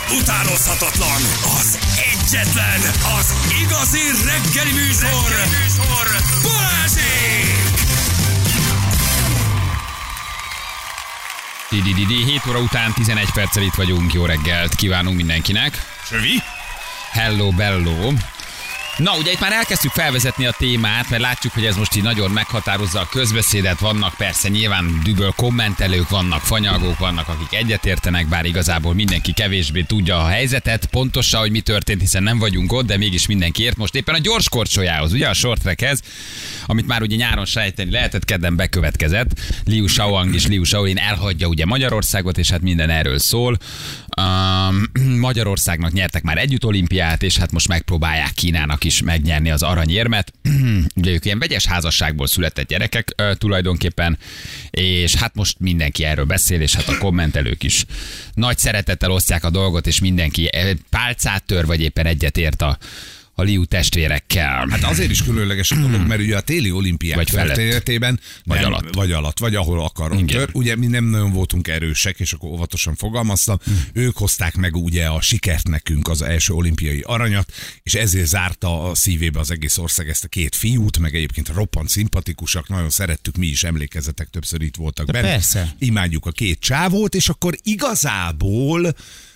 utánozhatatlan, az egyetlen, az igazi reggeli műsor, Balázsék! 7 óra után 11 perccel itt vagyunk, jó reggelt kívánunk mindenkinek. Sövi? Hello, bello. Na, ugye itt már elkezdtük felvezetni a témát, mert látjuk, hogy ez most így nagyon meghatározza a közbeszédet. Vannak persze nyilván düböl kommentelők, vannak fanyalgók, vannak akik egyetértenek, bár igazából mindenki kevésbé tudja a helyzetet, pontosan, hogy mi történt, hiszen nem vagyunk ott, de mégis mindenki ért most éppen a gyors korcsolyához, ugye a short trackhez, amit már ugye nyáron sejteni lehetett, kedden bekövetkezett. Liu Shaoang és Liu Shaolin elhagyja ugye Magyarországot, és hát minden erről szól. Magyarországnak nyertek már együtt olimpiát, és hát most megpróbálják Kínának is megnyerni az aranyérmet. Ugye ők ilyen vegyes házasságból született gyerekek tulajdonképpen, és hát most mindenki erről beszél, és hát a kommentelők is nagy szeretettel osztják a dolgot, és mindenki pálcát tör, vagy éppen egyetért a Liu testvérekkel. Hát azért is különleges a dolog, mert ugye a téli olimpiák történetében vagy alatt, vagy ahol akarok tör. Ugye mi nem nagyon voltunk erősek, és akkor óvatosan fogalmaztam. Ők hozták meg ugye a sikert nekünk, az első olimpiai aranyat, és ezért zárta a szívébe az egész ország ezt a két fiút, meg egyébként roppant szimpatikusak, nagyon szerettük, mi is emlékezzetek, többször itt voltak benne. Persze. Imádjuk a két csávót, és akkor igazából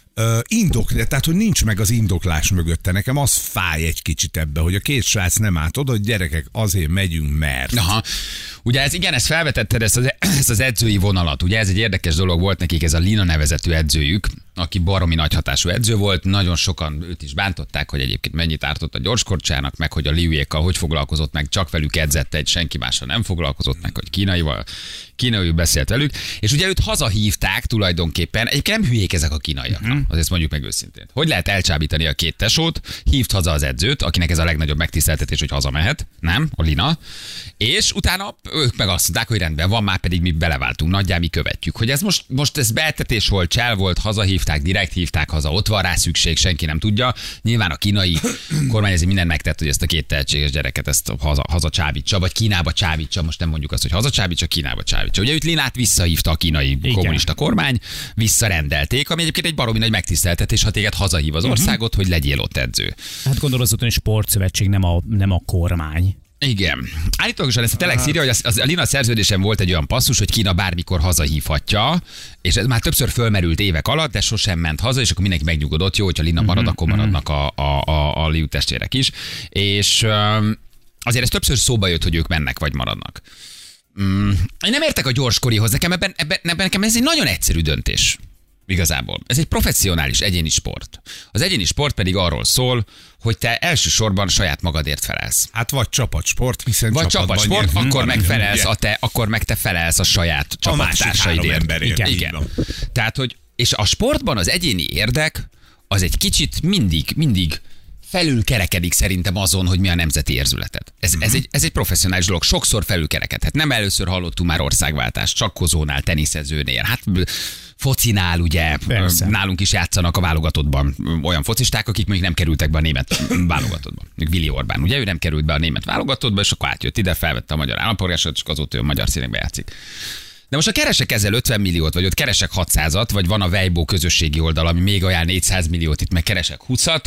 indokli, tehát hogy nincs meg az indoklás mögötte. Nekem az fáj egy kicsit ebbe, hogy a két srác nem állt oda, hogy gyerekek, azért megyünk, mert. Aha. Ugye ezt felvetetted, ezt az edzői vonalat. Ugye ez egy érdekes dolog volt nekik, ez a Lina nevezetű edzőjük, aki baromi nagy hatású edző volt. Nagyon sokan őt is bántották, hogy egyébként mennyit ártott a gyorskorcsának, meg hogy a Liuékkal hogy foglalkozott meg, csak velük edzett, egy senki mással nem foglalkozott meg, hogy kínaiul beszélt velük. És ugye őt hazahívták tulajdonképpen, egyébként nem hülyék ezek a kínaiak. Azért mondjuk meg őszintén. Hogy lehet elcsábítani a két tesót? Hívt haza az edzőt, akinek ez a legnagyobb megtiszteltetés, hogy hazamehet, nem? A Lina. És utána ők meg azt mondták, hogy rendben van, már pedig mi beleváltunk, nagyjá mi követjük. Hogy ez most ez beeltetés volt, csel volt, hazahívták, direkt hívták haza, ott van rá szükség, senki nem tudja. Nyilván a kínai kormány ezért mindent megtett, hogy ezt a két tehetséges gyereket ezt haza csábítsa, vagy Kínába csábítsa, most nem mondjuk azt, hogy haza csábítsa, Kínába csábítsa. Ugye őt Linát visszahívta a kínai kommunista kormány, visszarendelték, ami egyébként egy baromi nagy megtiszteltetés, ha téged hazahív az országot, hogy legyél ott edző. Hát gondolod, hogy sportszövetség, nem a kormány. Igen. Állítólagosan ezt a Telex írja, hogy a Lina szerződésen volt egy olyan passzus, hogy Kína bármikor hazahívhatja, és ez már többször fölmerült évek alatt, de sosem ment haza, és akkor mindenki megnyugodott, jó, hogyha Lina marad, akkor maradnak a Liu testvérek is. És azért ez többször szóba jött, hogy ők mennek vagy maradnak. Én nem értek a gyorskorihoz, nekem ez egy nagyon egyszerű döntés. Igazából. Ez egy professzionális egyéni sport. Az egyéni sport pedig arról szól, hogy te elsősorban saját magadért felelsz. Hát vagy csapatsport, hiszen vagy csapatsport, akkor meg te felelsz a saját csapattársaidért. Igen. Tehát, hogy és a sportban az egyéni érdek az egy kicsit mindig felülkerekedik szerintem azon, hogy mi a nemzeti érzületed. Ez egy professzionális dolog. Sokszor felülkerekedhet. Nem először hallottunk már országváltást, csakkozónál, teniszezőnél. Hát focinál, ugye, nálunk is játszanak a válogatottban olyan focisták, akik még nem kerültek be a német válogatottban. Willi Orbán, ugye, ő nem került be a német válogatottba, és akkor átjött ide, felvette a magyar állampolgárságot, és azóta ő magyar színekbe játszik. De most ha keresek ezzel 50 milliót, vagy ott keresek 600-at, vagy van a Weibo közösségi oldal, ami még ajánl 400 milliót, itt meg keresek 20-at,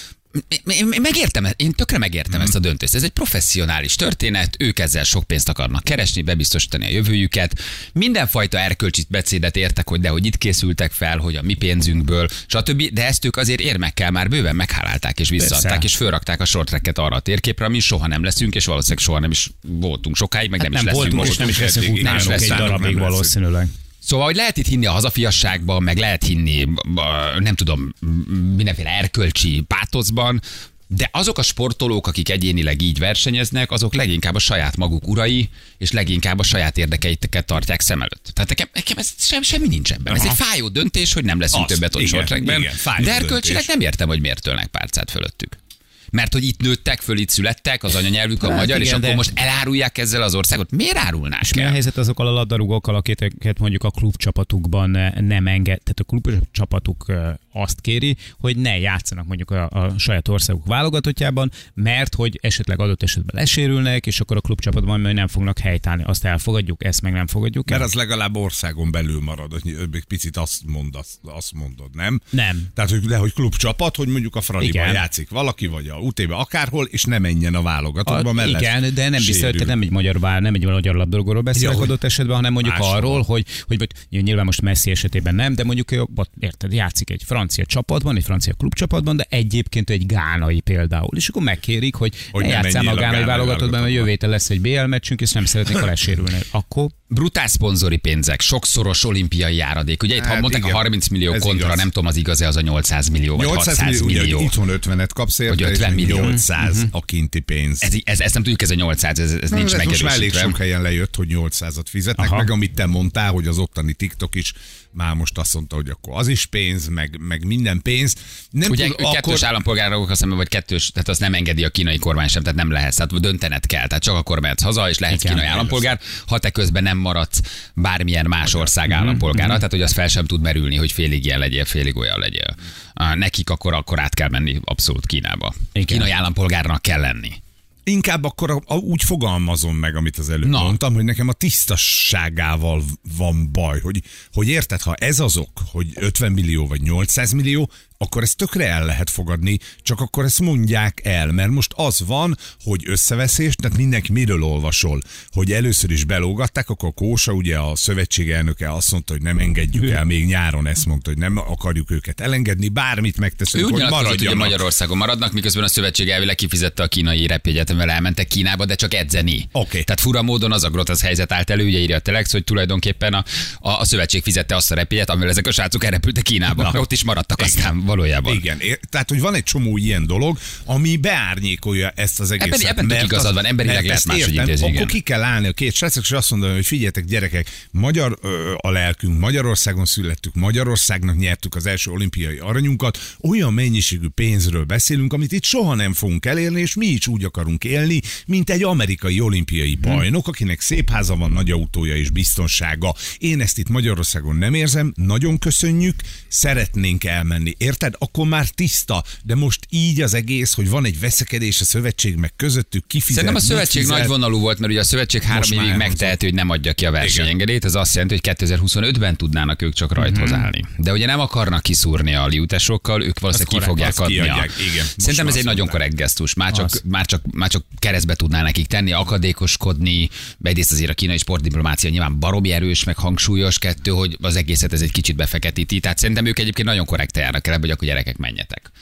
én tökre megértem ezt a döntést. Ez egy professzionális történet, ők ezzel sok pénzt akarnak keresni, bebiztosítani a jövőjüket. Mindenfajta erkölcsi beszédet értek, hogy itt készültek fel, hogy a mi pénzünkből, stb. De ezt ők azért érmekkel már bőven meghálálták és visszaadták, és fölrakták a short tracket arra a térképre, ami soha nem leszünk, és valószínűleg soha nem is voltunk sokáig, meg nem is leszünk most. És nem is leszünk utánok egy darabig valószínűleg. Szóval, hogy lehet itt hinni a hazafiasságban, meg lehet hinni, nem tudom, mindenféle erkölcsi pátoszban, de azok a sportolók, akik egyénileg így versenyeznek, azok leginkább a saját maguk urai, és leginkább a saját érdekeiket tartják szem előtt. Tehát nekem ez semmi nincs ebben. Ez egy fájó döntés, hogy nem leszünk többet ott short trackben, de erkölcsileg nem értem, hogy miért tölnek párcát fölöttük. Mert hogy itt nőttek föl, itt születtek, az anyanyelvük a magyar, és akkor most elárulják ezzel az országot. Miért árulnák el? Mi a helyzet azokkal a labdarúgókkal, akiket mondjuk a klubcsapatukban nem enged, tehát a klubcsapatuk azt kéri, hogy ne játszanak mondjuk a saját országuk válogatottjában, mert hogy esetleg adott esetben lesérülnek, és akkor a klubcsapatban majd nem fognak helytállni. Azt elfogadjuk, ezt meg nem fogadjuk. Mert az legalább országon belül marad, hogy picit azt mondod, nem? Nem. Tehát, hogy klubcsapat, hogy mondjuk a Fradiban játszik valaki, vagy a UT-be akárhol, és ne menjen a válogatottba mellett. Igen, de nem biztos, hogy nem egy magyar labdarúgóról beszélek adott esetben, hanem mondjuk arról, hogy nyilván most Messi esetében nem, de mondjuk érted, játszik egy francia csapatban, egy francia klubcsapatban, de egyébként egy gánai például. És akkor megkérik, hogy ne játsszál a gánai válogatottban, mert jövő héten lesz egy BL meccsünk, és nem szeretnék, ha lesérülni. Akkor brutál szponzori pénzek, sokszoros olimpiai járadék. Ugye itt mondták a 30 millió kontra, igaz. Nem tudom, az igaz-e az a 800 millió, vagy 600 millió. Itthon 50-et kapsz érte, vagy 50 millió. 800 a kinti pénz. Ezt nem tudjuk, ez a 800, ez nincs megerősítve. Most már elég sok helyen lejött, hogy 800-at fizetnek, meg amit te mondtál, hogy az ottani TikTok is már most azt mondta, hogy akkor az is pénz, meg minden pénz. Nem ugye tud, kettős állampolgárok, azt mondom, vagy kettős, tehát azt nem engedi a kínai kormány sem, tehát nem lehetsz, tehát döntened kell, tehát csak akkor mehetsz haza, és lehetsz kínai állampolgár, ha te közben nem maradsz bármilyen más ország állampolgára, tehát hogy az fel sem tud merülni, hogy félig ilyen legyél, félig olyan legyél. Nekik akkor át kell menni abszolút Kínába. Kínai állampolgárnak kell lenni. Inkább akkor úgy fogalmazom meg, amit az előbb mondtam, hogy nekem a tisztasságával van baj, hogy érted, ha ez az ok, hogy 50 millió vagy 800 millió, akkor ezt tökre el lehet fogadni, csak akkor ezt mondják el, mert most az van, hogy összeveszés, tehát mindenki miről olvasol, hogy először is belógatták, akkor Kósa, ugye a szövetség elnöke azt mondta, hogy nem engedjük el, még nyáron ezt mondta, hogy nem akarjuk őket elengedni, bármit megteszünk, hogy maradjanak. Hogy Magyarországon maradnak, miközben a szövetség elvileg kifizette a kínai repjegyetemvel, elmentek Kínába, de csak edzeni. Okay. Tehát fura módon az a grotesz helyzet állt elő, ugye írja a Telex, hogy tulajdonképpen a szövetség fizette azt a repjegyet, amivel ezek a srácok elrepültek Kínába. Ott is maradtak aztán valójában. Igen, tehát hogy van egy csomó ilyen dolog, ami beárnyékolja ezt az egészet. Ebben tök igazad van, emberileg lehet máshogy intézni. Akkor ki kell állni a két srácok, és azt mondani, hogy figyeljetek gyerekek, magyar a lelkünk, Magyarországon születtük, Magyarországnak nyertük az első olimpiai aranyunkat, olyan mennyiségű pénzről beszélünk, amit itt soha nem fogunk elérni, és mi is úgy akarunk élni, mint egy amerikai olimpiai bajnok, akinek szép háza van, nagy autója és biztonsága. Én ezt itt Magyarországon nem érzem, nagyon köszönjük, szeretnénk elmenni. Érted? Akkor már tiszta, de most így az egész, hogy van egy veszekedés a szövetség meg közöttük, kifizet. Szerintem a szövetség nagyvonalú volt, mert ugye a szövetség 3 évig megteheti, hogy nem adja ki a versenyengedélyt, ez azt jelenti, hogy 2025-ben tudnának ők csak rajthoz állni. De ugye nem akarnak kiszúrni a liutesokkal, ők valószínűleg ki fogják adni. Szerintem ez egy nagyon korrekt gesztus. Már csak keresztbe tudná nekik tenni, akadékoskodni, egyrészt azért a kínai sportdiplomácia nyilván baromi erős, meg hangsúlyos, kettő, hogy az egészet ez egy kicsit befeketíti. Tehát szerintem ők egyébként nagyon korrekt járnak el, hogy akkor gyerekek menjetek.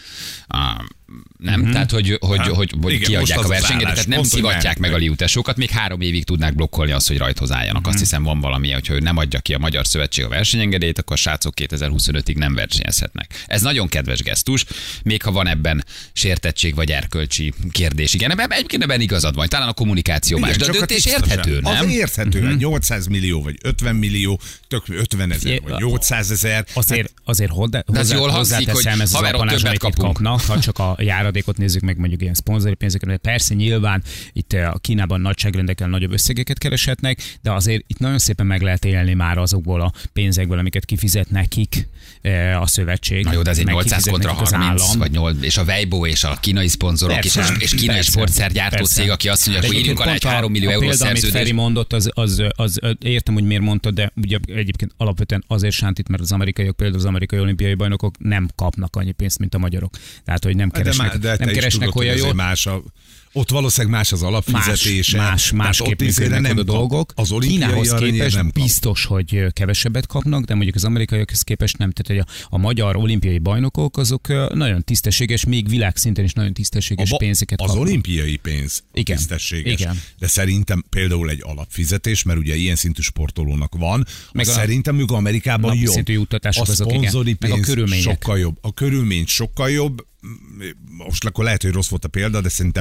Nem? Tehát, hogy igen, kiadják a versenyeket, tehát nem szivatják meg a liutesokat, még 3 évig tudnák blokkolni azt, hogy rajthoz álljanak. Azt hiszem van valami, hogyha ő nem adja ki a Magyar Szövetség a versenyengedélyt, akkor a srácok 2025-ig nem versenyezhetnek. Ez nagyon kedves gesztus, még ha van ebben sértettség vagy erkölcsi kérdés. Igen, egyébként ebben igazad van, talán a kommunikáció más, de a döntés érthető, nem? Az érthető, 800 millió vagy 50 millió, tök 50 000 vagy 800 000. Azért hozzáteszem, ez az apanázsait kapnak, ha csak a járadékot nézzük meg, mondjuk ilyen szponzori pénzeket, persze nyilván itt a Kínában nagyságrendekkel nagyobb összegeket kereshetnek, de azért itt nagyon szépen meg lehet élni már azokból a pénzekből, amiket kifizet nekik a szövetség. Na jó, de ez egy 800 kontra 30, vagy 8, és a Weibo és a kínai szponzorok és kínai sportszergyártó cég, aki azt mondja, hogy írjunk alá egy 3 millió eurós szerződést. Amit Feri mondott, az értem, hogy miért mondtad, de ugye egyébként alapvetően azért sántít, mert az amerikaiak, például az amerikai olimpiai bajnokok nem kapnak annyi pénzt, mint a magyarok. Tehát, hogy nem keresnek olyan jól. Ott valószínűleg más az alapfizetése. Másképp működnek a dolgok. Kínához képest biztos, hogy kevesebbet kapnak, de mondjuk az amerikaiakhoz képest nem. Tehát, hogy a magyar olimpiai bajnokok azok nagyon tisztességes, még világszinten is nagyon tisztességes pénzeket kapnak. Az olimpiai pénz tisztességes. Igen. De szerintem például egy alapfizetés, mert ugye ilyen szintű sportolónak van, szerintem ők Amerikában jobb. A szintű juttatások a azok, szponzori pénz sokkal jobb. A körülmény sokkal jobb. most akkor lehet, hogy rossz volt a példa, de szerintem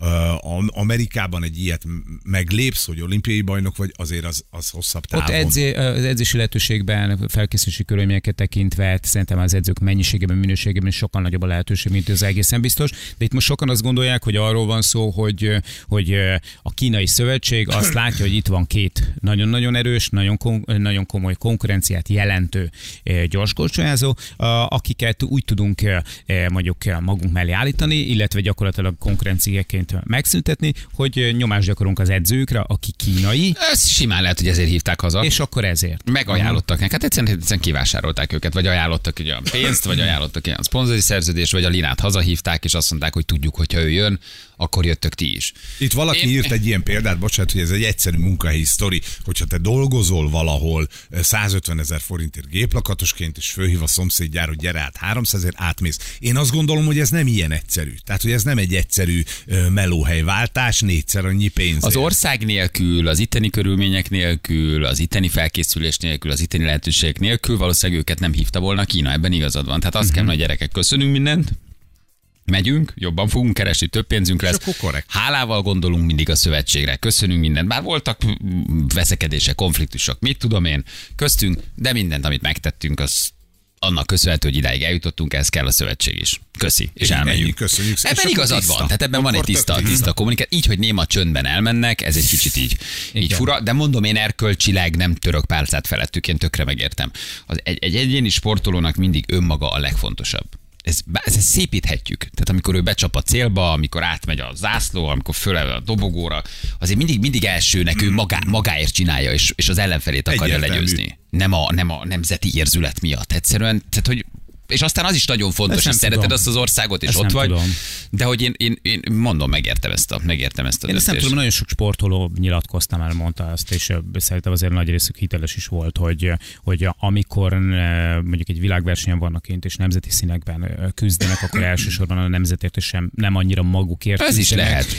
Amerikában egy ilyet meglépsz, hogy olimpiai bajnok vagy, azért az hosszabb távon. Ott az edzési lehetőségben, felkészülési körülményeket tekintve, szerintem az edzők mennyiségében, minőségében sokkal nagyobb a lehetőség, mint az egészen biztos. De itt most sokan azt gondolják, hogy arról van szó, hogy a kínai szövetség azt látja, hogy itt van két nagyon-nagyon erős, nagyon komoly konkurenciát jelentő gyorskorcsolyázó, akiket úgy tudunk mondjuk magunk mellé állítani, illetve gyakorlatilag konkurenciaként megszüntetni, hogy nyomást gyakorolunk az edzőkre, aki kínai. Ez simán lehet, hogy ezért hívták haza. És akkor ezért. Megajánlottak nekik. Hát egyszerűen kivásárolták őket, vagy ajánlottak egy olyan pénzt, vagy ajánlottak ilyen szponzori szerződést, vagy a Linát hazahívták, és azt mondták, hogy tudjuk, hogyha ő jön, akkor jöttök ti is. Itt valaki írt egy ilyen példát, bocsánat, hogy ez egy egyszerű munkahelyi sztori, hogyha te dolgozol valahol 150 000 forintért géplakatosként, és fölhív a szomszédjára, hogy gyere át 300 000, átmész. Én azt gondolom, hogy ez nem ilyen egyszerű. Tehát, hogy ez nem egy egyszerű melóhelyváltás, 4-szer annyi pénz. Az ország nélkül, az itteni körülmények nélkül, az itteni felkészülés nélkül, az itteni lehetőségek nélkül valószínűleg őket nem hívta volna Kína, ebben igazad van. Tehát azt kell, hogy gyerekek, köszönünk mindent. Megyünk, jobban fogunk keresni, több pénzünk lesz. Hálával gondolunk mindig a szövetségre. Köszönünk mindent. Bár voltak veszekedések, konfliktusok, mit tudom én, köztünk, de mindent, amit megtettünk, az annak köszönhető, hogy idáig eljutottunk, ez kell a szövetség is. Köszi, és elmegyünk. Köszönjük. Ebben igazad van, tehát ebben van egy tiszta kommunikáció. Így, hogy néma csöndben elmennek, ez egy kicsit így fura, de mondom, én erkölcsileg nem török pálcát felettük, én tökre megértem. Egy egyéni sportolónak mindig önmaga a legfontosabb. Ezt szépíthetjük. Tehát amikor ő becsap a célba, amikor átmegy a zászló, amikor fölevel a dobogóra, azért mindig elsőnek ő magáért csinálja, és az ellenfelét akarja legyőzni. Nem a nemzeti érzület miatt. Egyszerűen, tehát, hogy és aztán az is nagyon fontos, hogy szereted azt az országot, és ezt ott vagy. Tudom. De hogy én mondom, megértem ezt a döntést. Én ezt nem tudom, nagyon sok sportoló nyilatkozta már, mondta azt, és szerintem azért nagy részük hiteles is volt, hogy amikor mondjuk egy világversenyen vannak kint, és nemzeti színekben küzdenek, akkor elsősorban a nemzetért, és nem annyira magukért. Ez is lehet.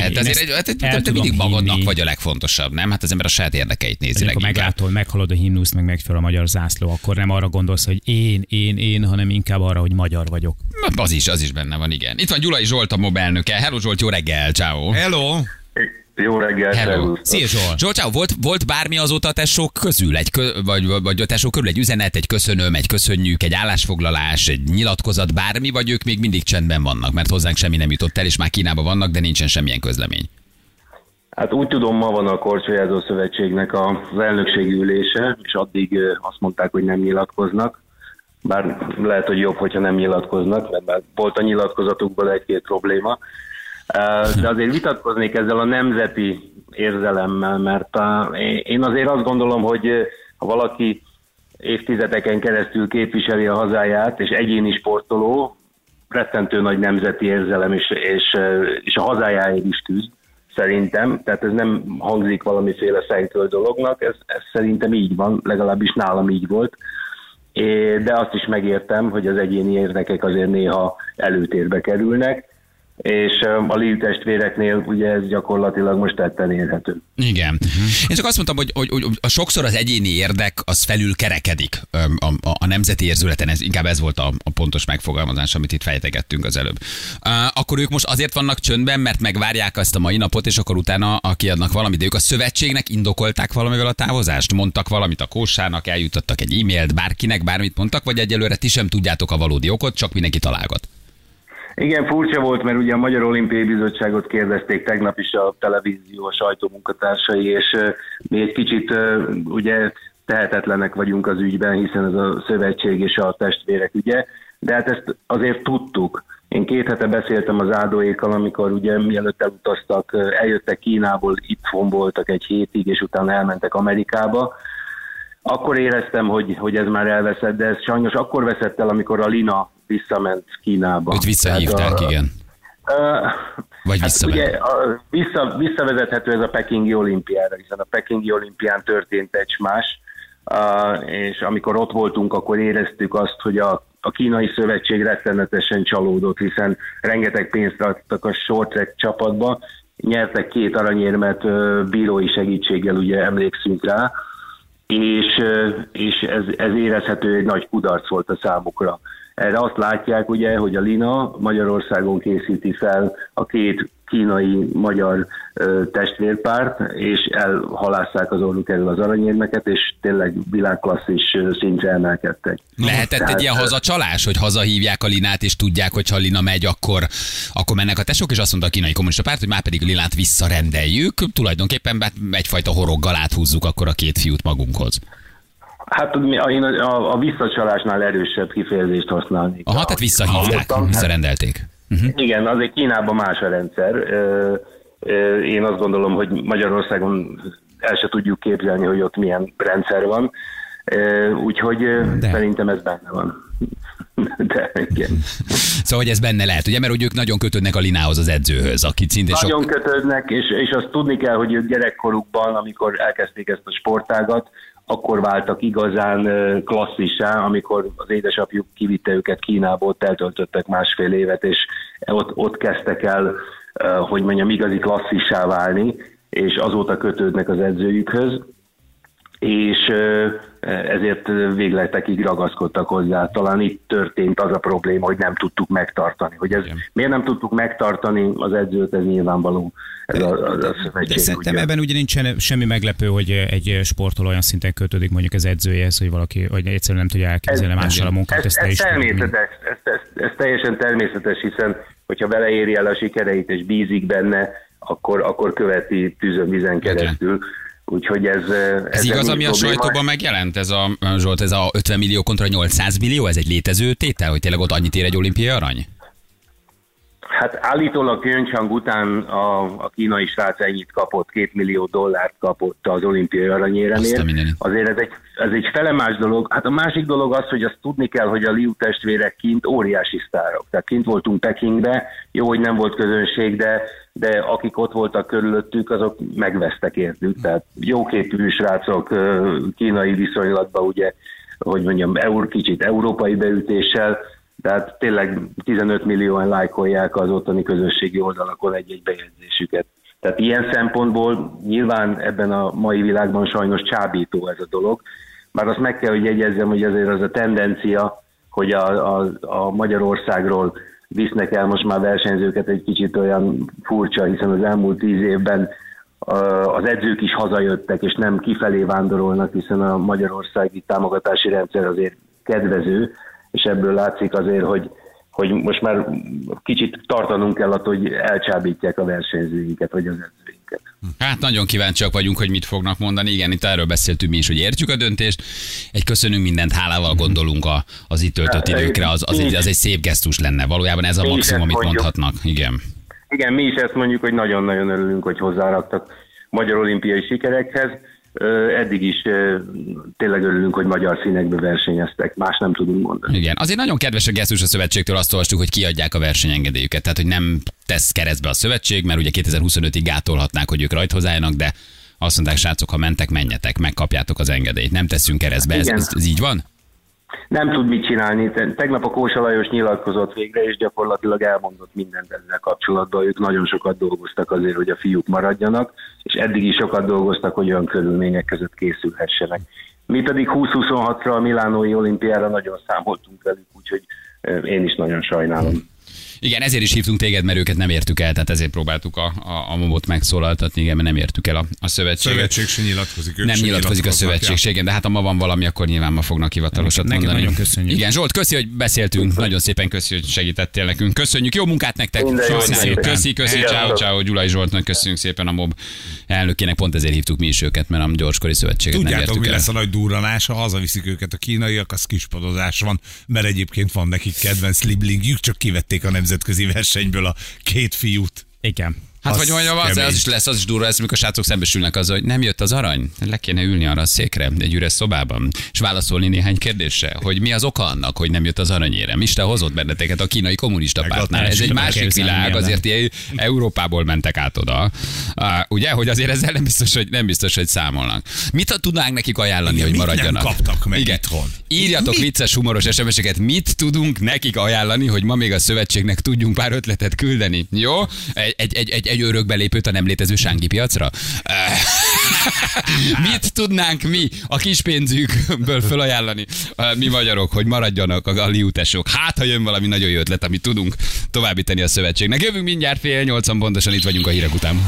Azért mindig magadnak vagy a legfontosabb, nem? Hát az ember a saját érdekeit nézi leginkább. Meghalod a himnuszt, meg megy fel a magyar zászló, akkor nem arra gondolsz, hogy én, hanem inkább arra, hogy magyar vagyok. Az is benne van, igen. Itt van Gyulai Zsolt, a MOB elnöke. Hello Zsolt, jó reggel, ciao. Hello. Jó reggel, hello. Szia Zsolt. Zsolt, ciao. Volt bármi azóta a tesók közül, vagy a tesók körül egy üzenet, egy köszönöm, egy köszönjük, egy állásfoglalás, egy nyilatkozat, bármi, vagy ők még mindig csendben vannak, mert hozzánk semmi nem jutott el, és már Kínában vannak, de nincsen semmilyen közlemény. Hát úgy tudom, ma van a Korcsolyázó Szövetségnek az elnökségi ülése, és addig azt mondták, hogy nem nyilatkoznak. Bár lehet, hogy jobb, hogyha nem nyilatkoznak, mert már volt a nyilatkozatukban egy-két probléma. De azért vitatkoznék ezzel a nemzeti érzelemmel, mert én azért azt gondolom, hogy ha valaki évtizedeken keresztül képviseli a hazáját, és egyéni sportoló, rettentő nagy nemzeti érzelem, és a hazájáért is küzd, szerintem. Tehát ez nem hangzik valamiféle szentköld dolognak, ez szerintem így van, legalábbis nálam így volt. De azt is megértem, hogy az egyéni érdekek azért néha előtérbe kerülnek, és a Liu testvéreknél ugye ez gyakorlatilag most tetten érhető. Igen. Én csak azt mondtam, hogy sokszor az egyéni érdek az felül kerekedik a nemzeti érzületen, inkább ez volt a pontos megfogalmazás, amit itt fejtegettünk az előbb. Akkor ők most azért vannak csöndben, mert megvárják ezt a mai napot, és akkor utána kiadnak valamit, de ők a szövetségnek indokolták valamivel a távozást? Mondtak valamit a Kósának, eljutottak egy e-mailt, bárkinek bármit mondtak, vagy egyelőre ti sem tudjátok a valódi okot, csak mindenki találgat? Igen, furcsa volt, mert ugye a Magyar Olimpiai Bizottságot kérdezték tegnap is a televízió, a sajtó munkatársai, és mi egy kicsit ugye tehetetlenek vagyunk az ügyben, hiszen ez a szövetség és a testvérek ügye, de hát ezt azért tudtuk. Én 2 hete beszéltem az Ádóékkal, amikor ugye mielőtt elutaztak, eljöttek Kínából, itthon voltak egy hétig, és utána elmentek Amerikába. Akkor éreztem, hogy ez már elveszett, de ez sajnos akkor veszett el, amikor a Lina visszament Kínába. Őt visszahívták, igen. Vagy visszament. Ugye, visszavezethető ez a Pekingi olimpiára, hiszen a Pekingi olimpián történt egy más, és amikor ott voltunk, akkor éreztük azt, hogy a kínai szövetség rettenetesen csalódott, hiszen rengeteg pénzt adtak a short track csapatba, nyertek 2 aranyérmet bírói segítséggel, ugye emlékszünk rá, és ez érezhető, egy nagy kudarc volt a számukra. Erre azt látják ugye, hogy a Lina Magyarországon készíti fel a két kínai-magyar testvérpárt, és elhalásszák az orruk elől az aranyérmeket, és tényleg világklasszis szintre emelkedtek. Lehetett egy ilyen hazacsalás, hogy hazahívják a Linát, és tudják, hogy ha Lina megy, akkor mennek a tesók, és azt mondta a kínai kommunista párt, hogy már pedig Linát visszarendeljük, tulajdonképpen egyfajta horoggal áthúzzuk akkor a két fiút magunkhoz. Hát én a visszacsalásnál erősebb kifejezést használnék. Aha, tehát visszahívták, visszarendelték. Igen, azért Kínában más a rendszer. Én azt gondolom, hogy Magyarországon el se tudjuk képzelni, hogy ott milyen rendszer van. Úgyhogy szerintem ez benne van. De igen. Szóval, hogy ez benne lehet, ugye? Mert hogy ők nagyon kötődnek a Linához, az edzőhöz, akit szintén nagyon kötődnek, és azt tudni kell, hogy ők gyerekkorukban, amikor elkezdték ezt a sportágat, akkor váltak igazán klasszissá, amikor az édesapjuk kivitte őket Kínába, ott eltöltöttek másfél évet, és ott kezdtek el, hogy mondjam, igazi klasszissá válni, és azóta kötődnek az edzőjükhöz, és ezért végletekig ragaszkodtak hozzá. Talán itt történt az a probléma, hogy nem tudtuk megtartani. Hogy ez, miért nem tudtuk megtartani az edzőt, ez nyilvánvaló. Ez a de szerintem ebben ugye nincsen semmi meglepő, hogy egy sportoló olyan szinten kötődik mondjuk az edzőjehez, hogy valaki hogy egyszerűen nem tudja elképzelni mással a munkát. Ez természetes, ez teljesen természetes, hiszen hogyha vele éri el a sikereit és bízik benne, akkor követi tűzön vizen keresztül. Úgyhogy ez igaz, ami a sajtóban megjelent, Zsolt, ez a 50 millió kontra 800 millió, ez egy létező tétel, hogy tényleg ott annyit ér egy olimpiai arany? Hát állítólag Pyeongchang után a kínai srác ennyit kapott, $2 millió kapott az olimpiai aranyéremért. Azért ez egy felemás dolog. Hát a másik dolog az, hogy azt tudni kell, hogy a Liu testvérek kint óriási sztárok. Tehát kint voltunk Pekingbe, jó, hogy nem volt közönség, de akik ott voltak körülöttük, azok megvesztek értük. Tehát jóképű srácok kínai viszonylatban, ugye, hogy mondjam, kicsit európai beütéssel, tehát tényleg 15 millióan lájkolják az ottani közösségi oldalakon egy-egy bejegyzésüket. Tehát ilyen szempontból nyilván ebben a mai világban sajnos csábító ez a dolog. Már azt meg kell, hogy jegyezzem, hogy azért az a tendencia, hogy a Magyarországról visznek el most már versenyzőket egy kicsit olyan furcsa, hiszen az elmúlt 10 évben az edzők is hazajöttek, és nem kifelé vándorolnak, hiszen a magyarországi támogatási rendszer azért kedvező, és ebből látszik azért, hogy most már kicsit tartanunk kell attól, hogy elcsábítják a versenyzőinket, vagy az edzőinket. Hát nagyon kíváncsiak vagyunk, hogy mit fognak mondani. Igen, itt erről beszéltünk mi is, hogy értjük a döntést. Köszönünk mindent, hálával gondolunk az itt töltött időkre, az egy szép gesztus lenne. Valójában ez a maximum, amit mondhatnak. Igen. Igen, mi is ezt mondjuk, hogy nagyon-nagyon örülünk, hogy hozzáraktak magyar olimpiai sikerekhez. Eddig is tényleg örülünk, hogy magyar színekbe versenyeztek, más nem tudunk mondani. Igen, azért nagyon kedves a gesztus a szövetségtől, azt olvastuk, hogy kiadják a versenyengedélyüket, tehát hogy nem tesz keresztbe a szövetség, mert ugye 2025-ig gátolhatnák, hogy ők rajt hozzájönnek, de azt mondták, srácok, ha mentek, menjetek, megkapjátok az engedélyt, nem teszünk keresztbe, ez így van? Nem tud mit csinálni. Tegnap a Kósa Lajos nyilatkozott végre, és gyakorlatilag elmondott mindent ezzel kapcsolatban. Ők nagyon sokat dolgoztak azért, hogy a fiúk maradjanak, és eddig is sokat dolgoztak, hogy olyan körülmények között készülhessenek. Mi pedig 2026-ra a Milánói olimpiára nagyon számoltunk velük, úgyhogy én is nagyon sajnálom. Igen, ezért is hívtunk téged, mert őket nem értük el, tehát ezért próbáltuk a mobot megszólaltatni, igen, mert nem értük el a szövetséget. Szövetség se nyilatkozik. Nem nyilatkozik a szövetség, igen, de hát ha ma van valami, akkor nyilván ma fognak hivatalosat mondani. Nagyon köszönjük. Igen, Zsolt, köszi, hogy beszéltünk, nagyon szépen köszi, hogy segítettél nekünk. Köszönjük, jó munkát nektek. Köszi, ciao, Gyulai Zsoltnak köszönjük szépen, a mob elnökének, pont ezért hívtuk mi is őket, mert a gyorskori szövetséget nem értük el. Tudjátok, mi lesz a nagy durranás, ha hazaviszik őket a kínaiak, az kispadozás van, mert egyébként van nekik kedvenc liblingjük, csak kivették a nemzetközi versenyből a két fiút. Igen. Hát vagy mondjam, az is lesz, az is durva lesz, amikor a srácok szembesülnek azzal, hogy nem jött az arany, le kéne ülni arra a székre, egy üres szobában, és válaszolni néhány kérdésre, hogy mi az oka annak, hogy nem jött az aranyérem. Isten hozott benneteket a kínai kommunista pártnál. Ez egy másik világ, azért Európából mentek át oda. Ugye, hogy azért ezzel nem biztos, hogy számolnak. Mit tudnánk nekik ajánlani, igen, hogy maradjanak? Nem kaptak meg itthon. Írjatok vicces, humoros SMS-eket, mit tudunk nekik ajánlani, hogy ma még a szövetségnek tudjunk pár ötletet küldeni. Jó? Egy örökbelépőt a nem létező sángi piacra? Mit tudnánk mi a kis pénzükből felajánlani mi magyarok, hogy maradjanak a liutesok? Hát, ha jön valami nagyon jó ötlet, amit tudunk továbbítani a szövetségnek. Jövünk mindjárt 7:30 pontosan, itt vagyunk a hírek után.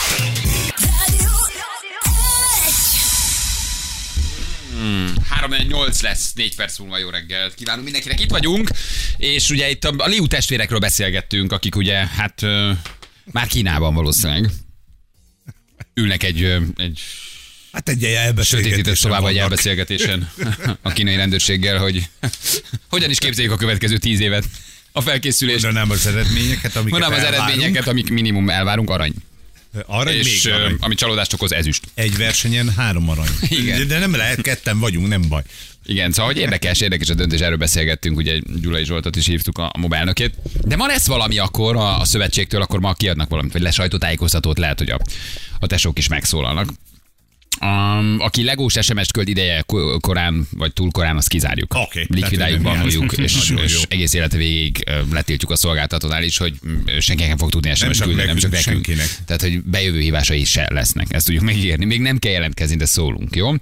3:08 lesz, 4 perc múlva jó reggelt kívánunk mindenkinek, itt vagyunk, és ugye itt a Liu testvérekről beszélgettünk, akik ugye, hát már Kínában valószínűleg ülnek egy sötétített szobában egy elbeszélgetésen a kínai rendőrséggel, hogy hogyan is képzeljük a következő 10 évet, a felkészülést. Mondanám az eredményeket, amik minimum elvárunk, arany. Arany, és még arany. Ami csalódást okoz, ezüst. Egy versenyen 3 arany. Igen. De nem lehet, 2 vagyunk, nem baj. Igen, szóval hogy érdekes a döntés, erről beszélgettünk, ugye Gyulai Zsoltot is hívtuk a MOB elnökét. De ma lesz valami akkor a szövetségtől, akkor ma kiadnak valamit, vagy sajtótájékoztatót, lehet, hogy a tesók is megszólalnak. Aki legós SMS-t költ ideje korán, vagy túl korán, azt kizárjuk. Okay, likvidáljuk, bannoljuk, és egész élete végéig letiltjuk a szolgáltatónál is, hogy senki nem fog tudni SMS-t küldeni, nem csak nekünk. Senkinek. Tehát, hogy bejövő hívásai is se lesznek. Ezt tudjuk megígérni. Még nem kell jelentkezni, de szólunk, jó?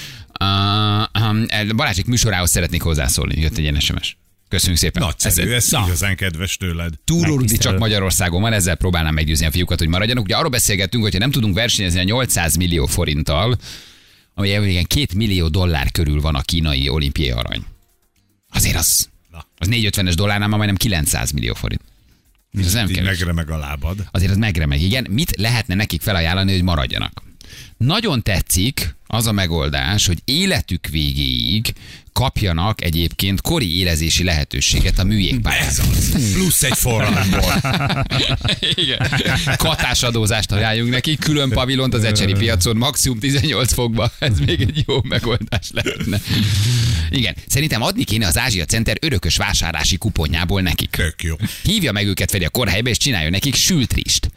Balázsék műsorához szeretnék hozzászólni. Jött egy ilyen SMS. Köszönjük szépen. Nagyszerű, ez igazán kedves tőled. Túrórudi csak Magyarországon van, ezzel próbálnám meggyőzni a fiúkat, hogy maradjanak. Ugye arról beszélgettünk, hogyha nem tudunk versenyezni a 800 millió forinttal, ami igen $2 millió körül van a kínai olimpiai arany. Azért az 450-es dollárnál már majdnem 900 millió forint. Ez nem kevés. Megremeg a lábad. Azért az megremeg, igen. Mit lehetne nekik felajánlani, hogy maradjanak? Nagyon tetszik az a megoldás, hogy életük végéig kapjanak egyébként kori élezési lehetőséget a műjégpályázat. Plusz egy forralomból. Igen. Katásadózást ajánljunk neki, külön pavilont az ecseri piacon, maximum 18 fokba. Ez még egy jó megoldás lehetne. Igen, szerintem adni kéne az Ázsia Center örökös vásárlási kuponjából nekik. Tök jó. Hívja meg őket Feri a kórhelybe, és csinálja nekik sült rist.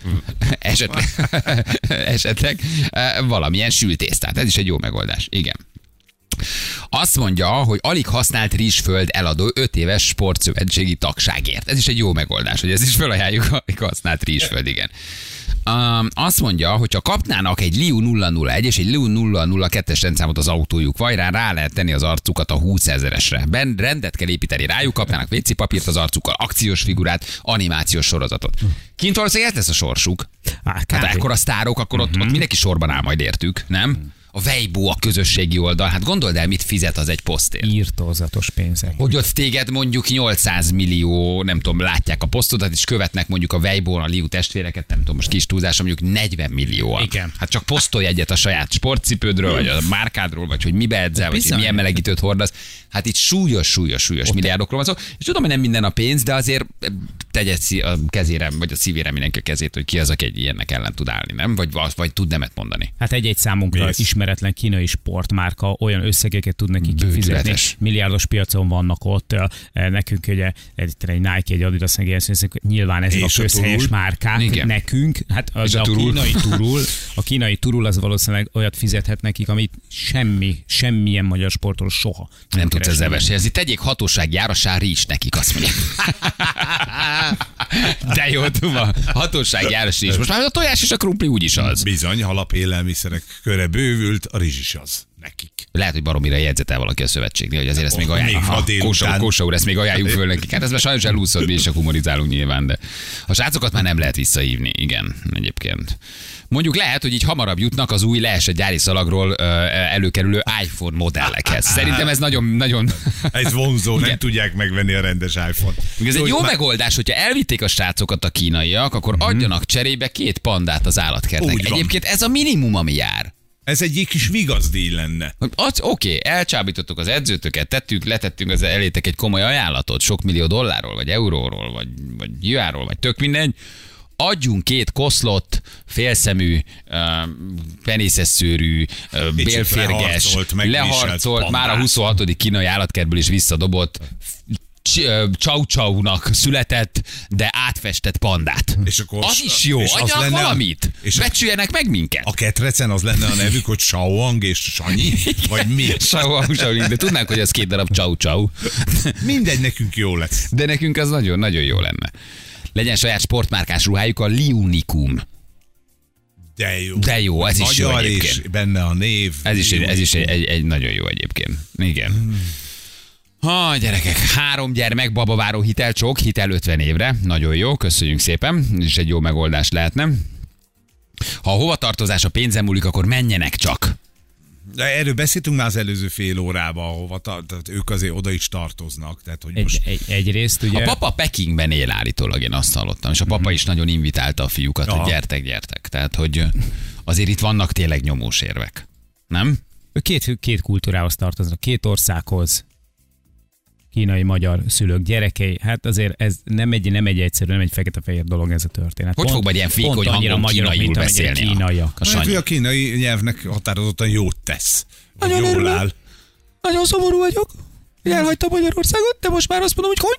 Esetleg valamilyen sültésztát. Ez is egy jó megoldás. Igen. Azt mondja, hogy alig használt rizsföld eladó 5 éves sportszövetségi tagságért. Ez is egy jó megoldás, hogy ez is felajánljuk, alig használt rizsföld, igen. Azt mondja, hogy ha kapnának egy Liu 001 és egy Liu 002-es rendszámot az autójuk vajrán, rá lehet tenni az arcukat a 20 000-esre. Rendet kell építeni rájuk, kapnának WC papírt az arcukkal, akciós figurát, animációs sorozatot. Kint valószínűleg ez lesz a sorsuk. Hát ekkor a sztárok, akkor ott mindenki sorban áll majd értük, nem? A Weibo, a közösségi oldal, hát gondold el, mit fizet az egy posztért. Írtózatos pénzek. Hogy ott téged mondjuk 800 millió, nem tudom, látják a posztodat, és követnek mondjuk a Weibo-n a Liu testvéreket, nem tudom, most kis túlzása, mondjuk 40 millióan. Igen. Hát csak posztolj egyet a saját sportcipődről, vagy a márkádról, vagy hogy mibe edzel, vagy hogy milyen melegítőt hordasz. Hát itt súlyos milliárdokról van szó. És tudom, hogy nem minden a pénz, de azért tegye a kezére, vagy a szívére mindenki a kezét, hogy ki az, aki egy ilyennek ellen tud állni, nem? Vagy tud nemet mondani. Hát egy számunkra ismeretlen kínai sportmárka olyan összegeket tud nekik kifizetni. Milliárdos piacon vannak ott. Nekünk ugye egy Nike, egy Adidas, nyilván ezek a közhelyes márkák. Igen. Nekünk, hát a kínai turul az valószínűleg olyat fizethet nekik, amit semmilyen magyar sportról soha nem tudsz ezzel versenyezni. Tegyék hatósági árassá rizs nekik, azt mondják. De jó, tudom, hatósági áras rizs. Most már a tojás és a krumpli úgyis az. Bizony, alapélelmiszerek köre bővült, a rizs is az nekik. Lehet, hogy baromira jegyzetel valaki a szövetségnél, hogy azért ezt még ajánljuk. Kósa úr, ezt még ajánljuk föl nekik. Hát ez már sajnos elúszod, mi is csak humorizálunk nyilván, de a srácokat már nem lehet visszahívni. Igen, egyébként. Mondjuk lehet, hogy így hamarabb jutnak az új leesett gyári szalagról előkerülő iPhone modellekhez. Szerintem ez nagyon... Ez vonzó, nem tudják megvenni a rendes iPhone-t. Ez egy jó megoldás, hogyha elvitték a srácokat a kínaiak, akkor adjanak cserébe 2 pandát az állatkertnek. Egyébként ez a minimum, ami jár. Ez egy kis vigazdíj lenne. Oké, elcsábítottuk az edzőtöket, letettünk az elétek egy komoly ajánlatot, sok millió dollárról, vagy euróról, vagy yuanról, vagy tök mindegy. Adjunk 2 koszlott, félszemű, penészes szőrű, bélférges, leharcolt, már a 26. kínai állatkertből is visszadobott, Chow-Chow-nak született, de átfestett pandát. És akkor az is jó, adjanak valamit. Becsüljenek meg minket. A ketrecen az lenne a nevük, hogy Shaoang és Sanyi? Vagy mi? Shaoang, de tudnánk, hogy az 2 darab Chow-Chow. Mindegy, nekünk jó lesz. De nekünk az nagyon-nagyon jó lenne. Legyen saját sportmárkás ruhájuk, a Liunicum. De jó, ez is jó egyébként. És benne a név. Ez is egy nagyon jó egyébként. Igen. Ha, gyerekek, 3 gyermek, babaváró hitelcsók, hitel 50 évre. Nagyon jó, köszönjük szépen. Ez is egy jó megoldás lehetne. Ha a hovatartozás a pénzen múlik, akkor menjenek csak. De erről beszéltünk már az előző fél órában, ahova tehát ők azért oda is tartoznak. Tehát, hogy most... Egyrészt ugye... A papa Pekingben él állítólag, én azt hallottam, és a papa is nagyon invitálta a fiúkat, hogy gyertek. Tehát, hogy azért itt vannak tényleg nyomós érvek. Nem? Két kultúrához tartoznak, 2 országhoz. Kínai-magyar szülők gyerekei, hát azért ez nem egy egyszerű, nem egy fekete-fehér dolog ez a történet. Hogy fog majd ilyen fékony hangon kínaiul beszélni kínaiak? A kínai nyelvnek határozottan jót tesz. Nagyon jól áll. Nagyon szomorú vagyok, hogy elhagyta Magyarországot, de most már azt mondom, hogy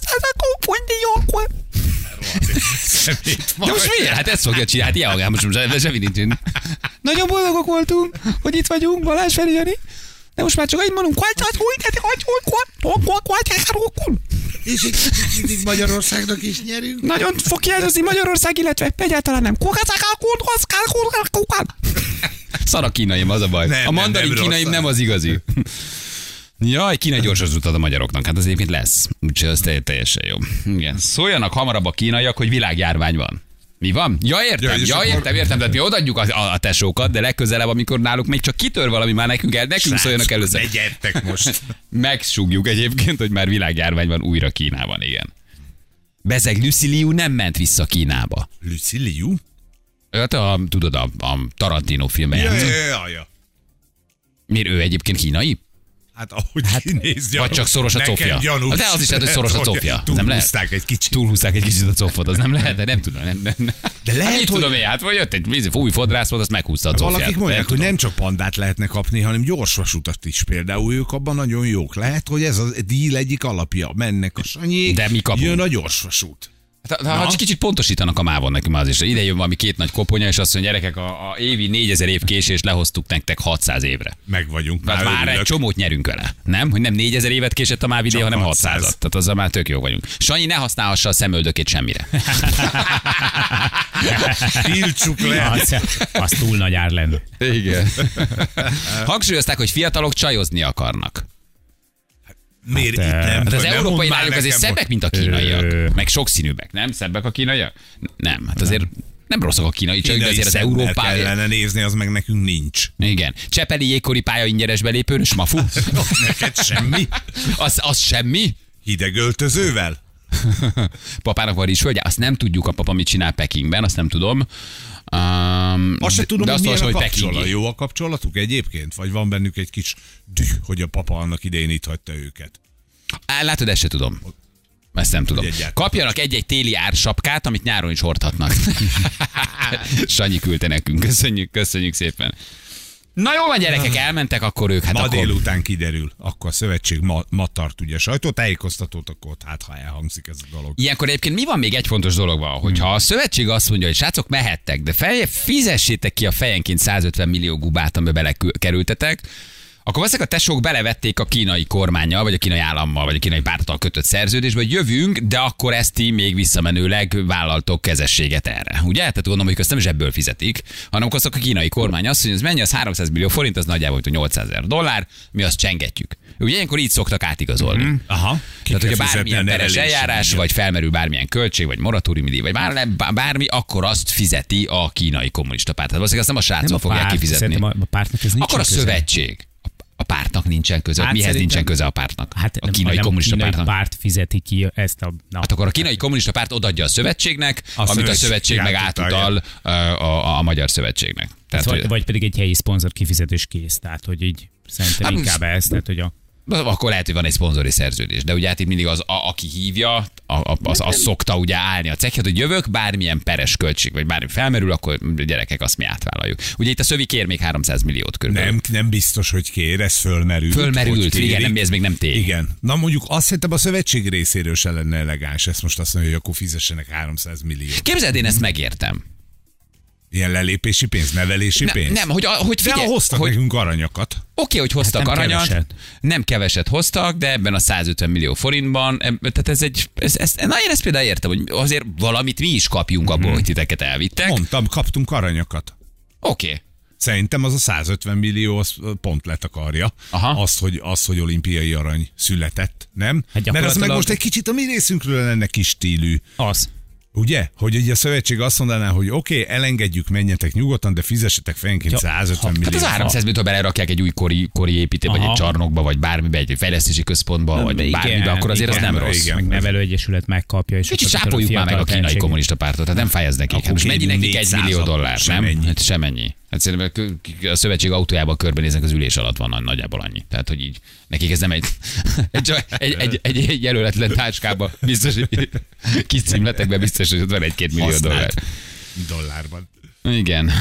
de most miért? Hát ezt fogja csinálni. Hát ilyen most semmi nincs. Nagyon boldogok voltunk, hogy itt vagyunk, Balázs, Feri, Jani. De most már csak így mondunk, és így Magyarországnak is nyerünk. Nagyon fog hiányozni Magyarország, illetve egyáltalán nem. Szar a kínaim, az a baj. A mandarin kínaim nem az igazi. Jaj, kínai gyorsan utat a magyaroknak, hát az egyébként lesz. Úgyhogy az teljesen jó. Igen. Szóljanak hamarabb a kínaiak, hogy világjárvány van. Mi van? Ja, értem, tehát mi odaadjuk a tesókat, de legközelebb, amikor náluk még csak kitör valami, már nekünk szóljanak először. Ne gyertek most. Megsúgjuk egyébként, hogy már világjárvány van újra Kínában, igen. Bezeg Lucy Liu nem ment vissza Kínába. Lucy Liu? Hát tudod, a Tarantino filmben Ja. Miért ő egyébként kínai? Hát ahogy kinéz, gyanús. Vagy csak szoros a cofja. De az is lehet, hogy szoros a cofja. Túlhúzták egy kicsit. Túlhúzták egy kicsit a cofot, az nem lehet, de nem tudom. De lehet, hogy... tudom én, hát vagy jött egy új fodrász volt, azt meghúzta a cofját. Valakik mondják, hogy nem csak pandát lehetne kapni, hanem gyorsvasutat is például. Ők abban nagyon jók. Lehet, hogy ez a deal egyik alapja. Mennek a sanyék, de mi kapunk? Jön a gyorsvasút. Ha kicsit pontosítanak a mávon nekünk az is. Ide jön valami 2 nagy koponya, és azt mondja, gyerekek, a évi 4000 év késést lehoztuk nektek 600 évre. Meg vagyunk. Már egy csomót nyerünk vele. Nem? Hogy nem 4000 évet késett a MÁV idén, hanem 600-at. Tehát azzal már tök jó vagyunk. Sanyi, ne használhassa a szemöldökét semmire. Tiltsuk le. Az túl nagy ár lenne. Igen. Hangsúlyozták, hogy fiatalok csajozni akarnak. Miért itt nem? Hát az európai lányok azért szebbek, mint a kínaiak. Meg sokszínűbbek, nem? Szebbek a kínaiak? Nem, hát azért nem rosszak a kínai, csak azért az európai... kellene nézni, az meg nekünk nincs. Igen. Csepeli jégkori pálya ingyenes belépőn, smafu. Neked semmi? Az semmi? Hideg öltözővel? Papának van is földje, azt nem tudjuk, a papa mit csinál Pekingben, azt nem tudom. Azt se tudom, hogy milyen a kapcsolat. Jó a kapcsolatuk egyébként? Vagy van bennük egy kis düh, hogy a papa annak idején itt hagyta őket? Látod, ezt se tudom. Ezt nem tudom. Kapjanak egy-egy téli ársapkát, amit nyáron is hordhatnak. Sanyi küldte nekünk. Köszönjük szépen. Na jó van, gyerekek, elmentek, akkor ők. Hát ma akkor... délután kiderül. Akkor a szövetség ma tart ugye sajtótájékoztatót, akkor hát ha elhangzik ez a dolog. Ilyenkor egyébként mi van, még egy fontos dolog van, hogyha a szövetség azt mondja, hogy srácok, mehettek, de fizessétek ki a fejenként 150 millió gubát, amiben belekerültetek, akkor valószínűleg a tesók belevették a kínai kormánnyal, vagy a kínai állammal, vagy a kínai párttal kötött szerződésbe, hogy jövünk, de akkor ezt ti még visszamenőleg vállaltok kezességet erre. Ugye? Tehát gondolom, hogy ezt nem is ebből fizetik, hanem akkor a kínai kormány azt mondja, hogy ez mennyi, az 300 millió forint, az nagyjából $800,000, mi azt csengetjük. Ugye ilyenkor így szoktak átigazolni. Aha. Tehát, hogyha bármilyen peres eljárás, vagy felmerül bármilyen költség, vagy moratóriumidíj, vagy bármi, akkor azt fizeti a kínai kommunista párt. Tehát azt nem a srácok fogják kifizetni. Akkor a szövetség. A pártnak nincsen köze. Hát mihez nincsen köze a pártnak? Hát a kínai kommunista pártnak. Párt fizeti ki ezt a... Hát akkor a kínai kommunista párt odaadja a szövetségnek, amit a szövetség meg átutal a magyar szövetségnek. Tehát, vagy pedig egy helyi szponzor kifizetés kész. Tehát, hogy így szerintem inkább ez. Tehát, hogy akkor lehet, hogy van egy szponzori szerződés, de ugye hát itt mindig aki hívja, az szokta ugye állni a cekhet, hogy jövök, bármilyen peres költség, vagy bármi felmerül, akkor gyerekek, azt mi átvállaljuk. Ugye itt a szövi kér még 300 milliót körülbelül. Nem biztos, hogy kér, ez fölmerült. Fölmerült, igen, ez még nem tény. Igen. Na mondjuk azt hittem a szövetség részéről se lenne elegáns, ezt most azt mondja, hogy akkor fizessenek 300 milliót. Képzeld, én ezt megértem. Ilyen lelépési pénz, nevelési pénz? Nem, hogy figyelj, de hoztak nekünk aranyakat. Oké, hogy hoztak hát aranyat, keveset. Nem keveset hoztak, de ebben a 150 millió forintban, tehát na én ezt például értem, hogy azért valamit mi is kapjunk abból, hogy titeket elvittek. Mondtam, kaptunk aranyakat. Oké. Szerintem az a 150 millió az pont letakarja azt, hogy olimpiai arany született, nem? Hát mert az meg most egy kicsit a mi részünkről lenne kis stílű. Az. Ugye? Hogy ugye a szövetség azt mondaná, hogy oké, elengedjük, menjetek nyugodtan, de fizessetek fejenként 150 millió. Hát az 300 milliót, ha belerakják egy új kori építés, vagy egy csarnokba, vagy bármibe, egy fejlesztési központba, vagy bármibe, akkor azért az nem rossz. Meg nevelőegyesület megkapja. És kicsit sápoljuk már meg a kínai kommunista pártot, tehát nem fáj ez nekik. Hát most mennyi nekik $1 millió, nem? Hát sem ennyi. Hát szerintem a szövetség autójában körbenéznek, az ülés alatt van nagyjából annyi. Tehát, hogy így nekik ez nem egy jelöletlen táskába biztos, hogy kis címletekben biztos, hogy ott van $1-2 millió. Dollárban. Igen.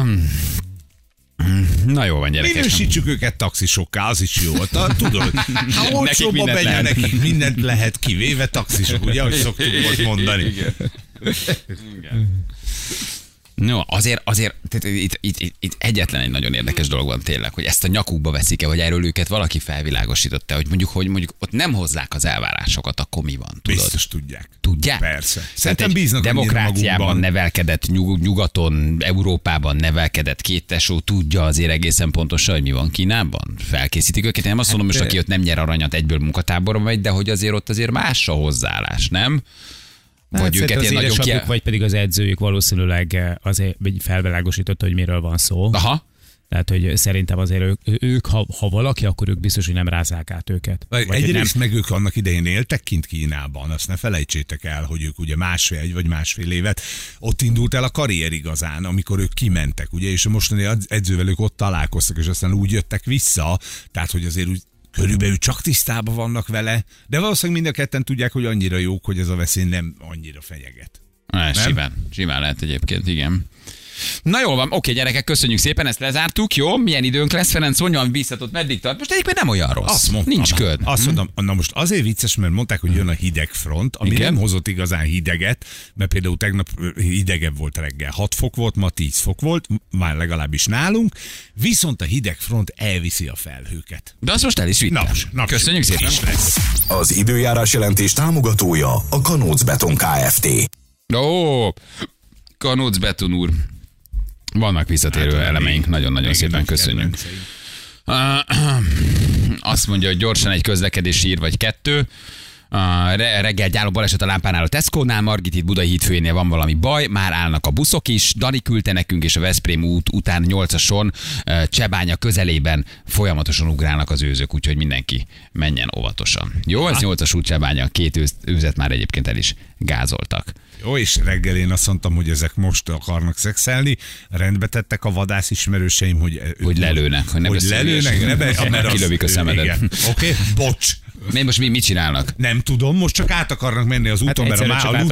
Na jó van, gyerekek. Minősítsük őket taxisokká, az is jó. Tudod, ha olcsóban megy, nekik mindent lehet, kivéve taxisok, ugye, ahogy szoktuk most mondani. Igen. No, azért itt egyetlen egy nagyon érdekes dolog van tényleg, hogy ezt a nyakukba veszik-e, vagy erről őket valaki felvilágosította, hogy mondjuk ott nem hozzák az elvárásokat, akkor mi van, tudod? Biztos tudják. Tudják? Persze. Szerintem bíznak demokráciában nevelkedett, nyugaton, Európában nevelkedett két tesó, tudja azért egészen pontosan, hogy mi van Kínában? Felkészítik őket. Én nem azt mondom, most aki ott nem nyer aranyat, egyből munkatáborba megy, de hogy azért ott azért más a hozzáállás, nem? Vagy őket ilyen nagyon vagy pedig az edzőjük valószínűleg azért felvilágosította, hogy miről van szó. Aha. Tehát, hogy szerintem azért ők ha valaki, akkor ők biztos, hogy nem rázzák át őket. Egyrészt meg ők annak idején éltek kint Kínában, azt ne felejtsétek el, hogy ők ugye másfél évet ott indult el a karrier igazán, amikor ők kimentek, ugye, és a mostani edzővel ők ott találkoztak, és aztán úgy jöttek vissza, tehát, hogy azért úgy körülbelül csak tisztában vannak vele, de valószínűleg mind a ketten tudják, hogy annyira jók, hogy ez a veszély nem annyira fenyeget. Simán lehet egyébként, igen. Na jól van, oké, gyerekek, köszönjük szépen, ezt lezártuk, jó? Milyen időnk lesz, Ferenc, mondjam, visszatott, meddig tart? Most egyébként nem olyan rossz. Azt mondtam, nincs köd. Azt mondom, na most azért vicces, mert mondták, hogy jön a hideg front, ami nem hozott igazán hideget, mert például tegnap hidegebb volt reggel, 6 fok volt, ma 10 fok volt, már legalábbis nálunk, viszont a hideg front elviszi a felhőket. De azt most el is vitte. Köszönjük szépen. Az időjárás jelentés támogatója a Kanóc Beton Kft. Ó, Kanóc Beton úr. Vannak visszatérő elemeink, nagyon-nagyon szépen köszönjük. Azt mondja, hogy gyorsan egy közlekedési ír vagy 2. Reggel gyáló baleset a lámpánál a Tesco-nál, Margit itt Budai hídfőjénél van valami baj, már állnak a buszok is, Dani küldte nekünk, és a Veszprém út után 8-ason Csebánya közelében folyamatosan ugrálnak az őzök, úgyhogy mindenki menjen óvatosan. Jó, ez 8-as út Csebánya, 2 őzet már egyébként el is gázoltak. Jó, és reggel én azt mondtam, hogy ezek most akarnak szexelni, rendbe tettek a vadász ismerőseim, hogy lelőnek, hogy lelőnek, kilövik a szemedet. Oké, bocs. Most mit csinálnak? Nem tudom, most csak át akarnak menni az úton, mert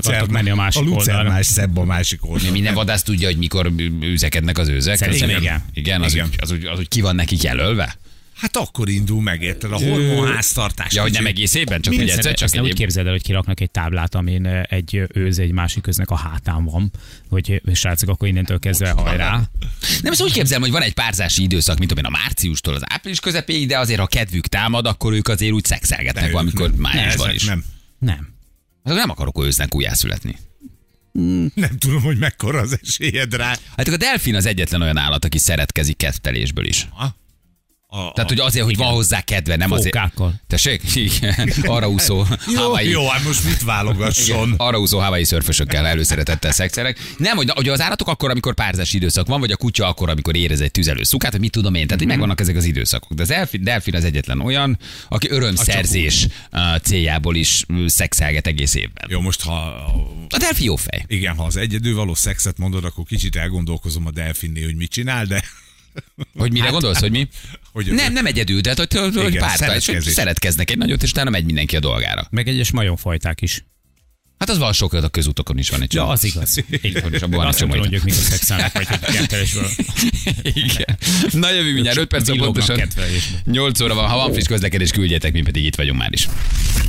a lucernás szebb a másik oldalon. Minden vadász tudja, hogy mikor üzekednek az őzek? Szerintem igen. Az, hogy ki van nekik jelölve? Hát akkor indul meg, érted, a hormonháztartás. Ja, hogy nem egész évben, csak egy egyszer, csak úgy képzeld el, hogy kiraknak egy táblát, amin egy őz egy másik őznek a hátán van, hogy srácok, akkor innentől kezdve hajrá. Nem, ezt úgy képzelem, hogy van egy párzási időszak, mint a márciustól az április közepéig, de azért, ha kedvük támad, akkor ők azért úgy szexelgetnek valamikor májusban is. Nem. Nem akarok őznek újjászületni. Nem tudom, hogy mekkora az esélyed rá. Hát a delfin az egyetlen olyan állat, aki szeretkezik kedvtelésből is. Tehát, hogy azért, hogy van hozzá kedve, nem azért. Fókákkal. Tessék? Igen. Arra úszó Hawaii. Jó, hát most mit válogasson? Arra úszó Hawaii szörfösökkel előszeretettel szexelek. Nem, hogy az állatok akkor, amikor párzási időszak van, vagy a kutya akkor, amikor érez egy tüzelő szukát, hogy mit tudom én. Tehát, hogy megvannak ezek az időszakok. De az delfin az egyetlen olyan, aki örömszerzés céljából is szexelget egész évben. Jó, most a delfin jó fej. Igen, ha az egyedül való szexet mondod, akkor kicsit elgondolkozom a delfinnél, hogy mit csinál, de... Hogy mire gondolsz, hogy mi? Nem egyedül, de hogy pártal, szeretkeznek egy nagyot, és utána megy mindenki a dolgára. Meg egyes majomfajták is. Hát az van sok, a közútokon is van egy csomó. Ja, az igaz. Azt sem mondjuk, mikor szexelnek, vagy hogy kettelésből. Igen. Na jövő mindjárt, 5 perc pontosan. 8 óra van, ha van friss közlekedés, küldjétek, mi pedig itt vagyunk már is.